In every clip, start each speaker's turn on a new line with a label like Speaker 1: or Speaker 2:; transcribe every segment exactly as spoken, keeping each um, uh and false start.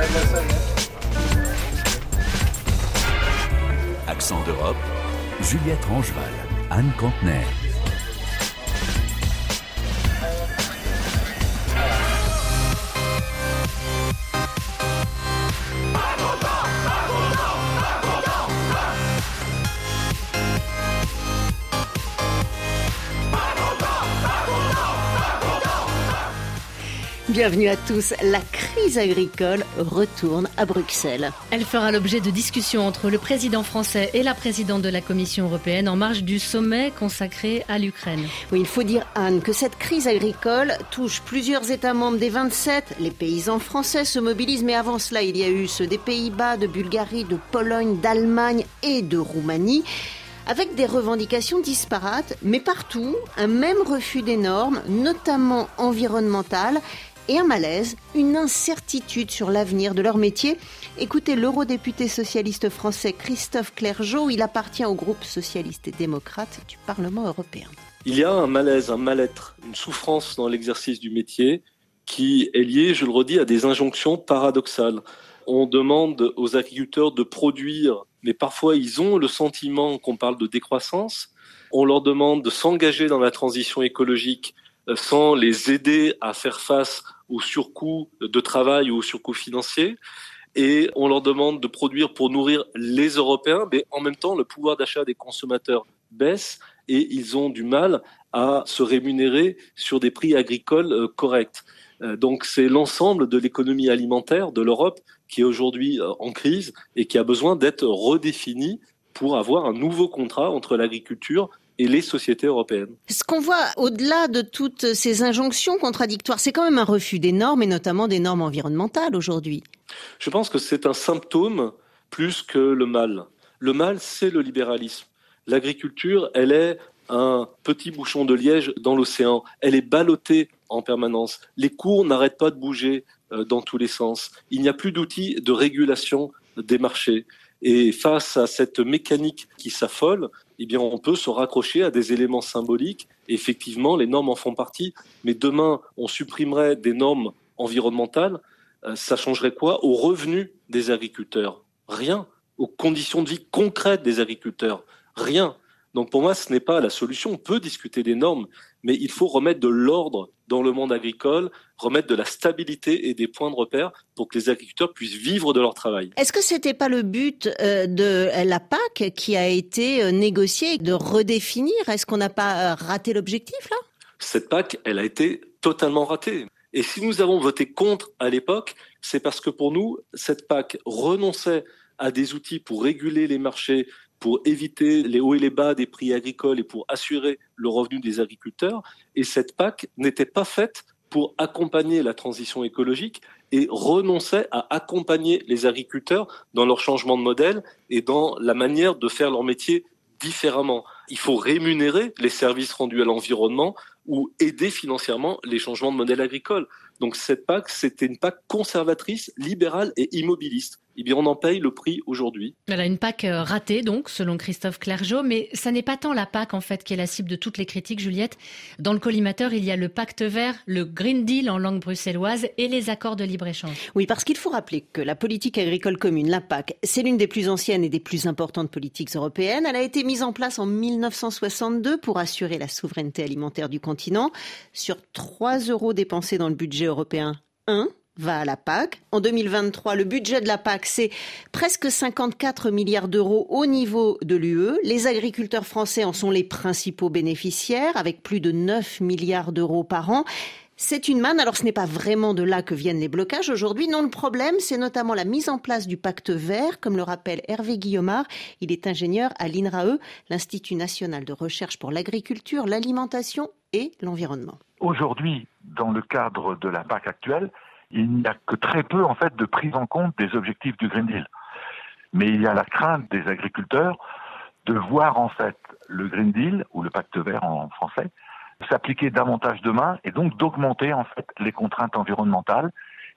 Speaker 1: Accent d'Europe, Juliette Rangeval, Anne Cantenaire.
Speaker 2: Bienvenue à tous. La crise agricole retourne à Bruxelles.
Speaker 3: Elle fera l'objet de discussions entre le président français et la présidente de la Commission européenne en marge du sommet consacré à l'Ukraine.
Speaker 2: Oui, il faut dire, Anne, que cette crise agricole touche plusieurs États membres des vingt-sept. Les paysans français se mobilisent, mais avant cela, il y a eu ceux des Pays-Bas, de Bulgarie, de Pologne, d'Allemagne et de Roumanie. Avec des revendications disparates, mais partout, un même refus des normes, notamment environnementales, et un malaise, une incertitude sur l'avenir de leur métier. Écoutez l'eurodéputé socialiste français Christophe Clergeau, il appartient au groupe socialiste et démocrate du Parlement européen.
Speaker 4: Il y a un malaise, un mal-être, une souffrance dans l'exercice du métier qui est liée, je le redis, à des injonctions paradoxales. On demande aux agriculteurs de produire, mais parfois ils ont le sentiment qu'on parle de décroissance. On leur demande de s'engager dans la transition écologique sans les aider à faire face aux surcoûts de travail ou aux surcoûts financiers. Et on leur demande de produire pour nourrir les Européens, mais en même temps, le pouvoir d'achat des consommateurs baisse et ils ont du mal à se rémunérer sur des prix agricoles corrects. Donc c'est l'ensemble de l'économie alimentaire de l'Europe qui est aujourd'hui en crise et qui a besoin d'être redéfini pour avoir un nouveau contrat entre l'agriculture et les sociétés européennes.
Speaker 2: Ce qu'on voit au-delà de toutes ces injonctions contradictoires, c'est quand même un refus des normes et notamment des normes environnementales aujourd'hui.
Speaker 4: Je pense que c'est un symptôme plus que le mal. Le mal, c'est le libéralisme. L'agriculture, elle est un petit bouchon de liège dans l'océan. Elle est ballottée en permanence. Les cours n'arrêtent pas de bouger dans tous les sens. Il n'y a plus d'outils de régulation des marchés. Et face à cette mécanique qui s'affole, eh bien, on peut se raccrocher à des éléments symboliques. Effectivement, les normes en font partie. Mais demain, on supprimerait des normes environnementales. Ça changerait quoi aux revenus des agriculteurs? Rien. Aux conditions de vie concrètes des agriculteurs? Rien. Donc pour moi, ce n'est pas la solution. On peut discuter des normes, mais il faut remettre de l'ordre dans le monde agricole, remettre de la stabilité et des points de repère pour que les agriculteurs puissent vivre de leur travail.
Speaker 2: Est-ce que c'était pas le but euh, de la P A C qui a été négociée, de redéfinir? Est-ce qu'on n'a pas raté l'objectif là?
Speaker 4: Cette P A C, elle a été totalement ratée. Et si nous avons voté contre à l'époque, c'est parce que pour nous, cette P A C renonçait à des outils pour réguler les marchés, pour éviter les hauts et les bas des prix agricoles et pour assurer le revenu des agriculteurs. Et cette P A C n'était pas faite pour accompagner la transition écologique et renonçait à accompagner les agriculteurs dans leur changement de modèle et dans la manière de faire leur métier différemment. Il faut rémunérer les services rendus à l'environnement ou aider financièrement les changements de modèle agricole. Donc cette P A C, c'était une P A C conservatrice, libérale et immobiliste. Eh bien, on en paye le prix aujourd'hui.
Speaker 3: Voilà, une P A C ratée, donc, selon Christophe Clergeau, mais ça n'est pas tant la P A C, en fait, qui est la cible de toutes les critiques, Juliette. Dans le collimateur, il y a le pacte vert, le Green Deal en langue bruxelloise et les accords de libre-échange.
Speaker 2: Oui, parce qu'il faut rappeler que la politique agricole commune, la P A C, c'est l'une des plus anciennes et des plus importantes politiques européennes. Elle a été mise en place en mille neuf cent soixante-deux pour assurer la souveraineté alimentaire du continent. Sur trois euros dépensés dans le budget européen, un va à la P A C. En deux mille vingt-trois, le budget de la P A C, c'est presque cinquante-quatre milliards d'euros au niveau de l'U E. Les agriculteurs français en sont les principaux bénéficiaires, avec plus de neuf milliards d'euros par an. C'est une manne, alors ce n'est pas vraiment de là que viennent les blocages aujourd'hui. Non, le problème, c'est notamment la mise en place du pacte vert, comme le rappelle Hervé Guillaumard. Il est ingénieur à l'I N R A E, l'Institut national de recherche pour l'agriculture, l'alimentation et l'environnement.
Speaker 5: Aujourd'hui, dans le cadre de la P A C actuelle, il n'y a que très peu en fait de prise en compte des objectifs du Green Deal. Mais il y a la crainte des agriculteurs de voir en fait le Green Deal, ou le pacte vert en français, s'appliquer davantage demain et donc d'augmenter en fait les contraintes environnementales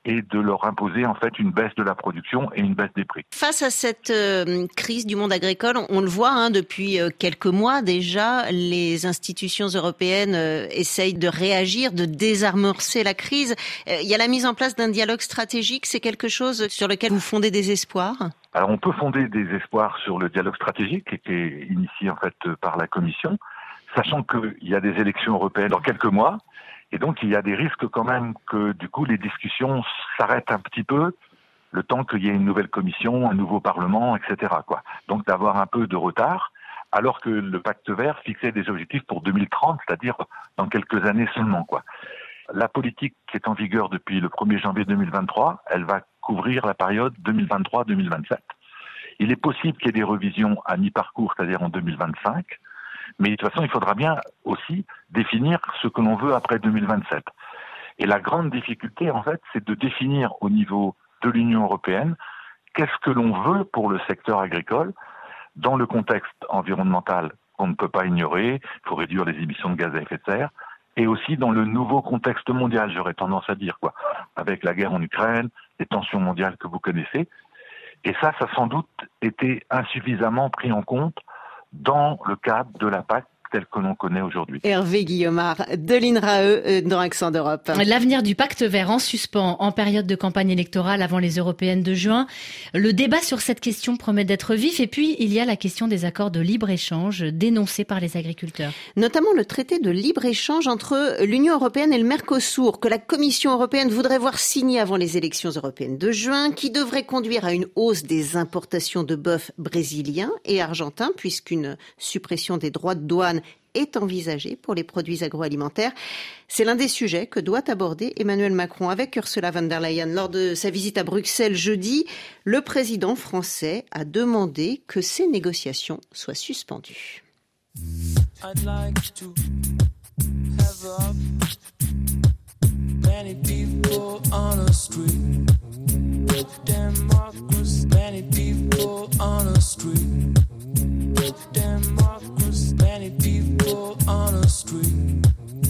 Speaker 5: et de leur imposer en fait une baisse de la production et une baisse des prix.
Speaker 2: Face à cette euh, crise du monde agricole, on, on le voit hein, depuis euh, quelques mois déjà, les institutions européennes euh, essayent de réagir, de désamorcer la crise. Euh, il y a la mise en place d'un dialogue stratégique, c'est quelque chose sur lequel vous fondez des espoirs ?
Speaker 5: Alors on peut fonder des espoirs sur le dialogue stratégique qui est initié en fait par la Commission, sachant qu'il y a des élections européennes dans quelques mois. Et donc, il y a des risques quand même que, du coup, les discussions s'arrêtent un petit peu, le temps qu'il y ait une nouvelle commission, un nouveau parlement, et cetera, quoi. Donc, d'avoir un peu de retard, alors que le pacte vert fixait des objectifs pour deux mille trente, c'est-à-dire dans quelques années seulement, quoi. La politique qui est en vigueur depuis le premier janvier deux mille vingt-trois, elle va couvrir la période deux mille vingt-trois deux mille vingt-sept. Il est possible qu'il y ait des revisions à mi-parcours, c'est-à-dire en deux mille vingt-cinq. Mais de toute façon, il faudra bien aussi définir ce que l'on veut après deux mille vingt-sept. Et la grande difficulté, en fait, c'est de définir au niveau de l'Union européenne qu'est-ce que l'on veut pour le secteur agricole dans le contexte environnemental qu'on ne peut pas ignorer. Il faut réduire les émissions de gaz à effet de serre. Et aussi dans le nouveau contexte mondial, j'aurais tendance à dire, quoi, avec la guerre en Ukraine, les tensions mondiales que vous connaissez. Et ça, ça a sans doute été insuffisamment pris en compte dans le cadre de la P A C tel que l'on connaît aujourd'hui.
Speaker 2: Hervé Guillaumard, de l'INRAE, dans Accent d'Europe.
Speaker 3: L'avenir du pacte vert en suspens en période de campagne électorale avant les européennes de juin. Le débat sur cette question promet d'être vif. Et puis, il y a la question des accords de libre-échange dénoncés par les agriculteurs.
Speaker 2: Notamment le traité de libre-échange entre l'Union européenne et le Mercosur, que la Commission européenne voudrait voir signer avant les élections européennes de juin, qui devrait conduire à une hausse des importations de bœuf brésilien et argentin, puisqu'une suppression des droits de douane est envisagée pour les produits agroalimentaires. C'est l'un des sujets que doit aborder Emmanuel Macron avec Ursula von der Leyen. Lors de sa visite à Bruxelles jeudi, le président français a demandé que ces négociations soient suspendues. I'd like to have up many people on a street. Democracy, many people on a street. Democracy, many people on a street.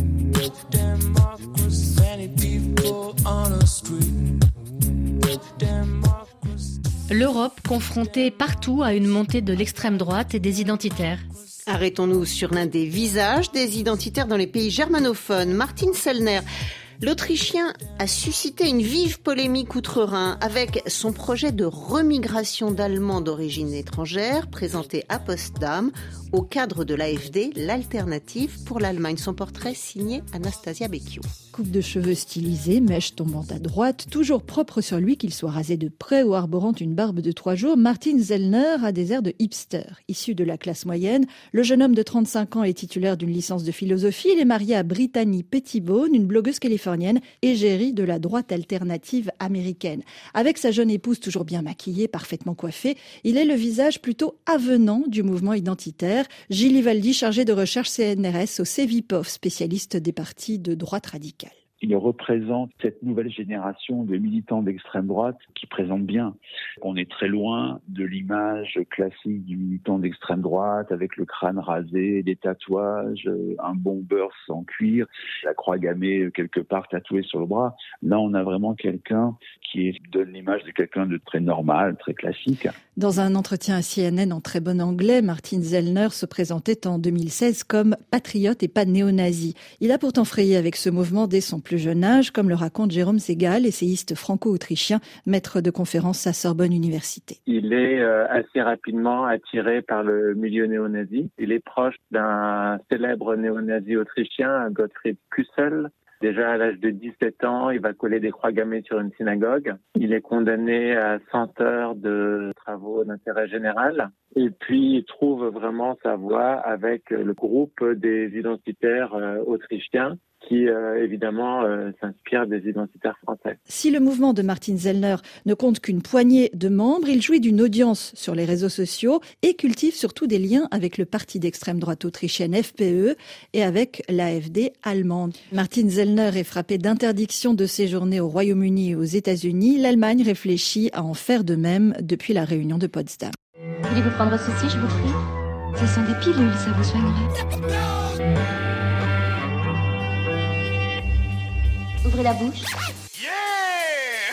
Speaker 2: Democracy, many people on a street. Democracy.
Speaker 3: L'Europe confrontée partout à une montée de l'extrême droite et des identitaires.
Speaker 2: Arrêtons-nous sur l'un des visages des identitaires dans les pays germanophones. Martin Sellner, l'Autrichien, a suscité une vive polémique outre-Rhin avec son projet de remigration d'Allemands d'origine étrangère présenté à Potsdam au cadre de l'A F D, l'alternative pour l'Allemagne. Son portrait signé Anastasia Becchio.
Speaker 6: Coupe de cheveux stylisée, mèche tombant à droite, toujours propre sur lui, qu'il soit rasé de près ou arborant une barbe de trois jours, Martin Sellner a des airs de hipster. Issu de la classe moyenne, le jeune homme de trente-cinq ans est titulaire d'une licence de philosophie. Il est marié à Brittany Pettibone, une blogueuse californienne, égérie de la droite alternative américaine. Avec sa jeune épouse toujours bien maquillée, parfaitement coiffée, il est le visage plutôt avenant du mouvement identitaire. Gilles Ivaldi, chargé de recherche C N R S au Cevipof, spécialiste des partis de droite radicale.
Speaker 7: Il représente cette nouvelle génération de militants d'extrême droite qui présente bien. On est très loin de l'image classique du militant d'extrême droite avec le crâne rasé, des tatouages, un bomber en cuir, la croix gammée quelque part tatouée sur le bras. Là, on a vraiment quelqu'un qui donne l'image de quelqu'un de très normal, très classique.
Speaker 6: Dans un entretien à C N N en très bon anglais, Martin Sellner se présentait en deux mille seize comme patriote et pas néo-nazi. Il a pourtant frayé avec ce mouvement dès son plus jeune âge, comme le raconte Jérôme Segal, essayiste franco-autrichien, maître de conférences à Sorbonne Université.
Speaker 8: Il est euh, assez rapidement attiré par le milieu néo-nazi. Il est proche d'un célèbre néo-nazi autrichien, Gottfried Küssel. Déjà à l'âge de dix-sept ans, il va coller des croix gammées sur une synagogue. Il est condamné à cent heures de travaux d'intérêt général. Et puis, il trouve vraiment sa voie avec le groupe des identitaires euh, autrichiens qui, euh, évidemment, euh, s'inspire des identitaires français.
Speaker 6: Si le mouvement de Martin Sellner ne compte qu'une poignée de membres, il jouit d'une audience sur les réseaux sociaux et cultive surtout des liens avec le parti d'extrême droite autrichienne F P E et avec l'A F D allemande. Martin Sellner est frappé d'interdiction de séjourner au Royaume-Uni et aux États-Unis. L'Allemagne réfléchit à en faire de même depuis la réunion de Potsdam.
Speaker 9: Voulez-vous prendre ceci, je vous prie? Ce sont des pilules, ça vous soignerait. Ouvrez la bouche. Yeah!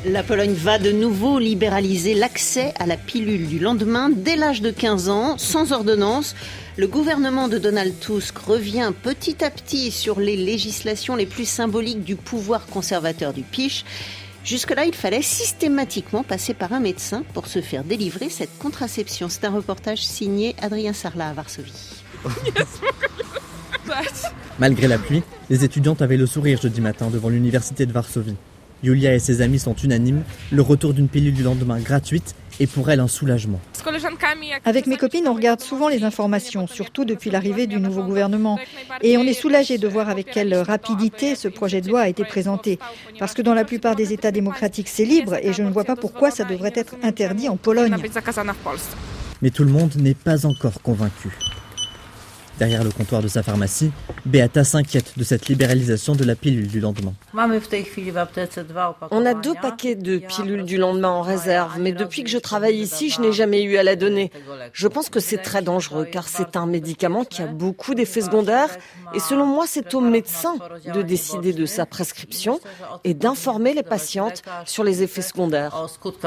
Speaker 2: La Pologne va de nouveau libéraliser l'accès à la pilule du lendemain dès l'âge de quinze ans, sans ordonnance. Le gouvernement de Donald Tusk revient petit à petit sur les législations les plus symboliques du pouvoir conservateur du PiS. Jusque-là, il fallait systématiquement passer par un médecin pour se faire délivrer cette contraception. C'est un reportage signé Adrien Sarlat à Varsovie.
Speaker 10: Malgré la pluie, les étudiantes avaient le sourire jeudi matin devant l'université de Varsovie. Yulia et ses amis sont unanimes, le retour d'une pilule du lendemain gratuite est pour elle un soulagement.
Speaker 6: Avec mes copines, on regarde souvent les informations, surtout depuis l'arrivée du nouveau gouvernement. Et on est soulagé de voir avec quelle rapidité ce projet de loi a été présenté. Parce que dans la plupart des États démocratiques, c'est libre et je ne vois pas pourquoi ça devrait être interdit en Pologne.
Speaker 10: Mais tout le monde n'est pas encore convaincu. Derrière le comptoir de sa pharmacie, Beata s'inquiète de cette libéralisation de la pilule du lendemain.
Speaker 11: On a deux paquets de pilules du lendemain en réserve, mais depuis que je travaille ici, je n'ai jamais eu à la donner. Je pense que c'est très dangereux car c'est un médicament qui a beaucoup d'effets secondaires et selon moi, c'est au médecin de décider de sa prescription et d'informer les patientes sur les effets secondaires.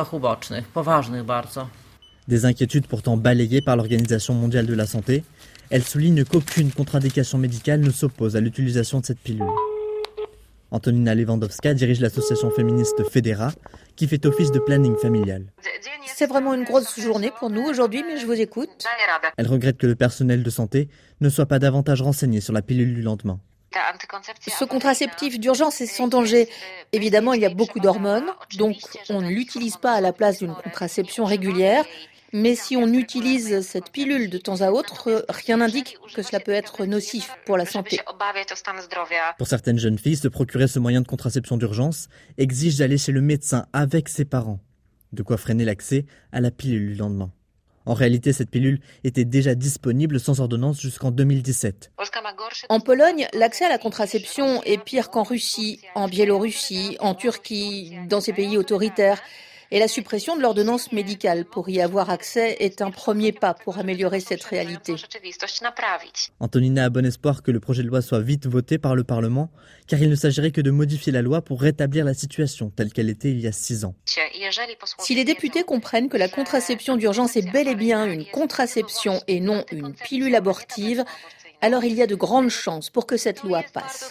Speaker 10: Des inquiétudes pourtant balayées par l'Organisation mondiale de la santé. Elle souligne qu'aucune contre-indication médicale ne s'oppose à l'utilisation de cette pilule. Antonina Lewandowska dirige l'association féministe Federa, qui fait office de planning familial.
Speaker 12: C'est vraiment une grosse journée pour nous aujourd'hui, mais je vous écoute.
Speaker 10: Elle regrette que le personnel de santé ne soit pas davantage renseigné sur la pilule du lendemain.
Speaker 12: Ce contraceptif d'urgence est sans danger. Évidemment, il y a beaucoup d'hormones, donc on ne l'utilise pas à la place d'une contraception régulière. Mais si on utilise cette pilule de temps à autre, rien n'indique que cela peut être nocif pour la santé.
Speaker 10: Pour certaines jeunes filles, se procurer ce moyen de contraception d'urgence exige d'aller chez le médecin avec ses parents. De quoi freiner l'accès à la pilule du lendemain. En réalité, cette pilule était déjà disponible sans ordonnance jusqu'en deux mille dix-sept.
Speaker 12: En Pologne, l'accès à la contraception est pire qu'en Russie, en Biélorussie, en Turquie, dans ces pays autoritaires. Et la suppression de l'ordonnance médicale pour y avoir accès est un premier pas pour améliorer cette réalité.
Speaker 10: Antonina a bon espoir que le projet de loi soit vite voté par le Parlement, car il ne s'agirait que de modifier la loi pour rétablir la situation telle qu'elle était il y a six ans.
Speaker 12: Si les députés comprennent que la contraception d'urgence est bel et bien une contraception et non une pilule abortive, alors il y a de grandes chances pour que cette loi passe.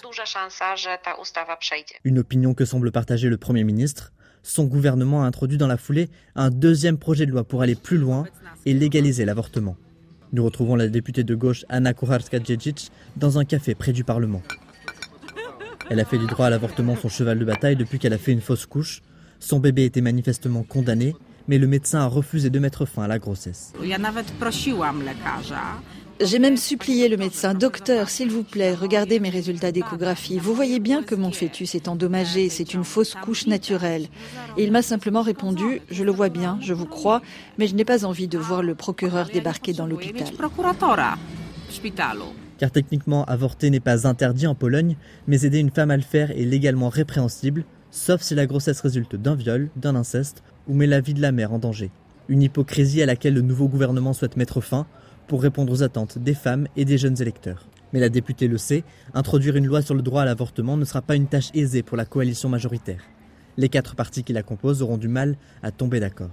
Speaker 10: Une opinion que semble partager le Premier ministre. Son gouvernement a introduit dans la foulée un deuxième projet de loi pour aller plus loin et légaliser l'avortement. Nous retrouvons la députée de gauche Anna Kucharska-Dziedzic dans un café près du Parlement. Elle a fait du droit à l'avortement son cheval de bataille depuis qu'elle a fait une fausse couche. Son bébé était manifestement condamné, mais le médecin a refusé de mettre fin à la grossesse.
Speaker 6: J'ai même supplié le médecin. « Docteur, s'il vous plaît, regardez mes résultats d'échographie. Vous voyez bien que mon fœtus est endommagé, c'est une fausse couche naturelle. » Et il m'a simplement répondu « Je le vois bien, je vous crois, mais je n'ai pas envie de voir le procureur débarquer dans l'hôpital. »
Speaker 10: Car techniquement, avorter n'est pas interdit en Pologne, mais aider une femme à le faire est légalement répréhensible, sauf si la grossesse résulte d'un viol, d'un inceste ou met la vie de la mère en danger. Une hypocrisie à laquelle le nouveau gouvernement souhaite mettre fin, pour répondre aux attentes des femmes et des jeunes électeurs. Mais la députée le sait, introduire une loi sur le droit à l'avortement ne sera pas une tâche aisée pour la coalition majoritaire. Les quatre partis qui la composent auront du mal à tomber d'accord.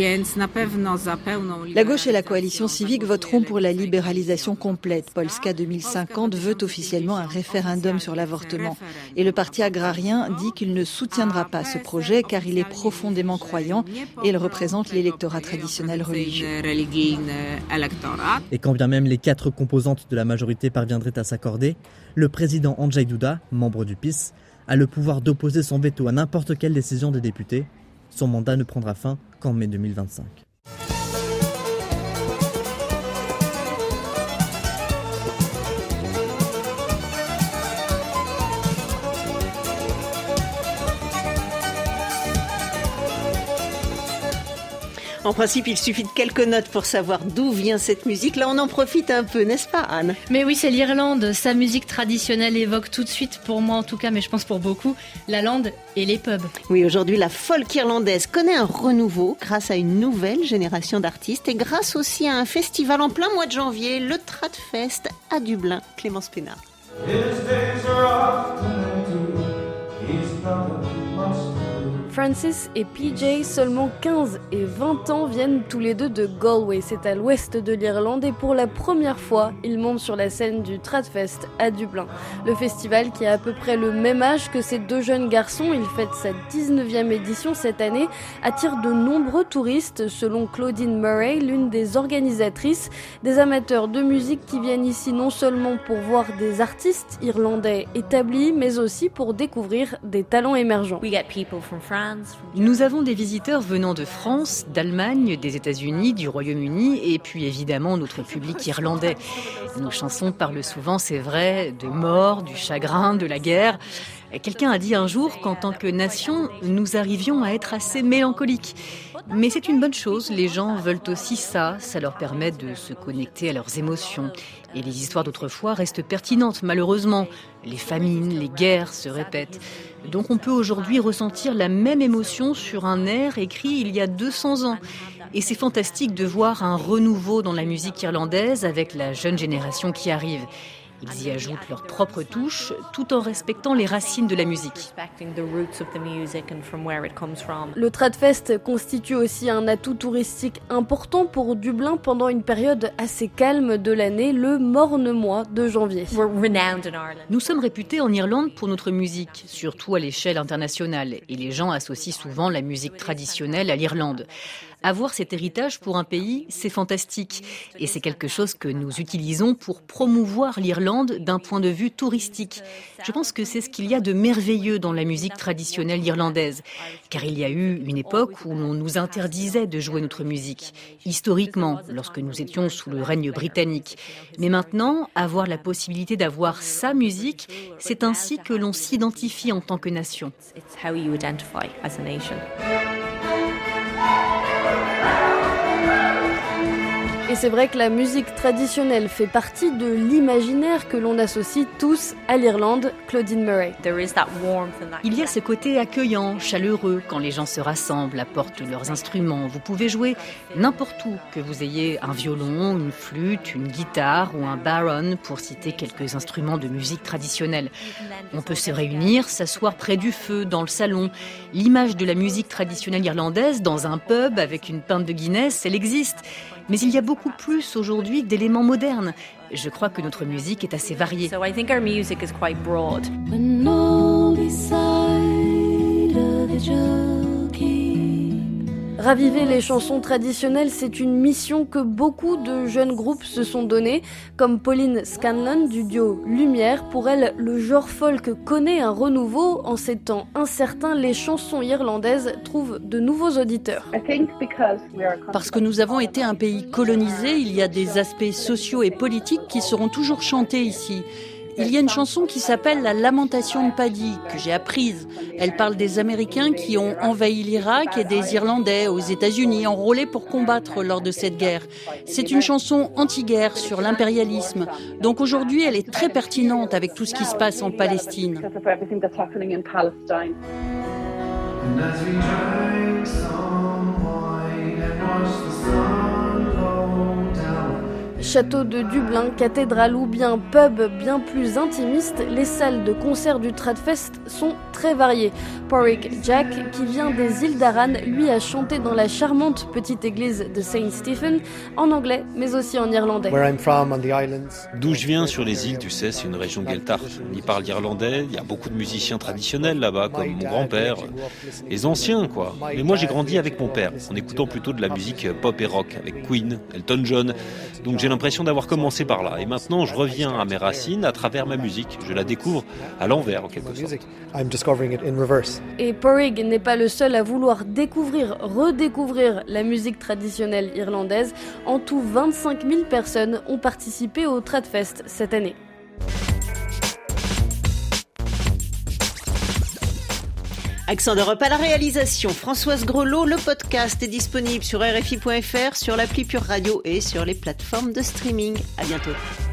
Speaker 6: La gauche et la coalition civique voteront pour la libéralisation complète. Polska deux mille cinquante veut officiellement un référendum sur l'avortement. Et le parti agrarien dit qu'il ne soutiendra pas ce projet car il est profondément croyant et il représente l'électorat traditionnel religieux.
Speaker 10: Et quand bien même les quatre composantes de la majorité parviendraient à s'accorder, le président Andrzej Duda, membre du PiS, a le pouvoir d'opposer son veto à n'importe quelle décision des députés. Son mandat ne prendra fin qu'en mai deux mille vingt-cinq.
Speaker 2: En principe, il suffit de quelques notes pour savoir d'où vient cette musique. Là, on en profite un peu, n'est-ce pas, Anne ?
Speaker 3: Mais oui, c'est l'Irlande. Sa musique traditionnelle évoque tout de suite, pour moi en tout cas, mais je pense pour beaucoup, la lande et les pubs.
Speaker 2: Oui, aujourd'hui, la folk irlandaise connaît un renouveau grâce à une nouvelle génération d'artistes et grâce aussi à un festival en plein mois de janvier, le Tradfest à Dublin. Clémence Pénard.
Speaker 13: Francis et P J, seulement quinze et vingt ans, viennent tous les deux de Galway. C'est à l'ouest de l'Irlande et pour la première fois, ils montent sur la scène du Tradfest à Dublin. Le festival, qui a à peu près le même âge que ces deux jeunes garçons, il fête sa dix-neuvième édition cette année, attire de nombreux touristes, selon Claudine Murray, l'une des organisatrices, des amateurs de musique qui viennent ici non seulement pour voir des artistes irlandais établis, mais aussi pour découvrir des talents émergents.
Speaker 14: Nous avons des visiteurs venant de France, d'Allemagne, des États-Unis, du Royaume-Uni et puis évidemment notre public irlandais. Nos chansons parlent souvent, c'est vrai, de mort, du chagrin, de la guerre. Quelqu'un a dit un jour qu'en tant que nation, nous arrivions à être assez mélancoliques. Mais c'est une bonne chose, les gens veulent aussi ça, ça leur permet de se connecter à leurs émotions. Et les histoires d'autrefois restent pertinentes, malheureusement. Les famines, les guerres se répètent. Donc on peut aujourd'hui ressentir la même émotion sur un air écrit il y a deux cents ans. Et c'est fantastique de voir un renouveau dans la musique irlandaise avec la jeune génération qui arrive. Ils y ajoutent leur propre touche, tout en respectant les racines de la musique.
Speaker 13: Le Tradfest constitue aussi un atout touristique important pour Dublin pendant une période assez calme de l'année, le morne mois de janvier.
Speaker 14: Nous sommes réputés en Irlande pour notre musique, surtout à l'échelle internationale, et les gens associent souvent la musique traditionnelle à l'Irlande. Avoir cet héritage pour un pays, c'est fantastique. Et c'est quelque chose que nous utilisons pour promouvoir l'Irlande d'un point de vue touristique. Je pense que c'est ce qu'il y a de merveilleux dans la musique traditionnelle irlandaise. Car il y a eu une époque où l'on nous interdisait de jouer notre musique. Historiquement, lorsque nous étions sous le règne britannique. Mais maintenant, avoir la possibilité d'avoir sa musique, c'est ainsi que l'on s'identifie en tant que nation.
Speaker 13: Et c'est vrai que la musique traditionnelle fait partie de l'imaginaire que l'on associe tous à l'Irlande. Claudine Murray.
Speaker 14: Il y a ce côté accueillant, chaleureux, quand les gens se rassemblent, apportent leurs instruments. Vous pouvez jouer n'importe où, que vous ayez un violon, une flûte, une guitare ou un baron, pour citer quelques instruments de musique traditionnelle. On peut se réunir, s'asseoir près du feu, dans le salon. L'image de la musique traditionnelle irlandaise, dans un pub avec une pinte de Guinness, elle existe. Mais il y a beaucoup plus aujourd'hui d'éléments modernes. Je crois que notre musique est assez variée.
Speaker 13: So I think our music is quite broad. When all beside the jockey. Raviver les chansons traditionnelles, c'est une mission que beaucoup de jeunes groupes se sont donnés, comme Pauline Scanlon du duo Lumière. Pour elle, le genre folk connaît un renouveau. En ces temps incertains, les chansons irlandaises trouvent de nouveaux auditeurs.
Speaker 15: Parce que nous avons été un pays colonisé, il y a des aspects sociaux et politiques qui seront toujours chantés ici. Il y a une chanson qui s'appelle La Lamentation de Paddy, que j'ai apprise. Elle parle des Américains qui ont envahi l'Irak et des Irlandais aux États-Unis enrôlés pour combattre lors de cette guerre. C'est une chanson anti-guerre sur l'impérialisme. Donc aujourd'hui, elle est très pertinente avec tout ce qui se passe en Palestine.
Speaker 13: Château de Dublin, cathédrale ou bien pub bien plus intimiste, les salles de concert du Tradfest sont très variées. Porrick Jack, qui vient des îles d'Arran, lui a chanté dans la charmante petite église de Saint Stephen, en anglais mais aussi en irlandais.
Speaker 16: D'où je viens sur les îles, tu sais, c'est une région gueltarte. On y parle irlandais, il y a beaucoup de musiciens traditionnels là-bas, comme mon grand-père, les anciens quoi. Mais moi j'ai grandi avec mon père, en écoutant plutôt de la musique pop et rock, avec Queen, Elton John. Donc j'ai l'impression d'avoir commencé par là. Et maintenant, je reviens à mes racines à travers ma musique. Je la découvre à l'envers, en quelque sorte.
Speaker 13: Et Porrig n'est pas le seul à vouloir découvrir, redécouvrir la musique traditionnelle irlandaise. En tout, vingt-cinq mille personnes ont participé au Tradfest cette année.
Speaker 2: Accent d'Europe à la réalisation, Françoise Grelot. Le podcast est disponible sur R F I point F R, sur l'appli Pure Radio et sur les plateformes de streaming. À bientôt.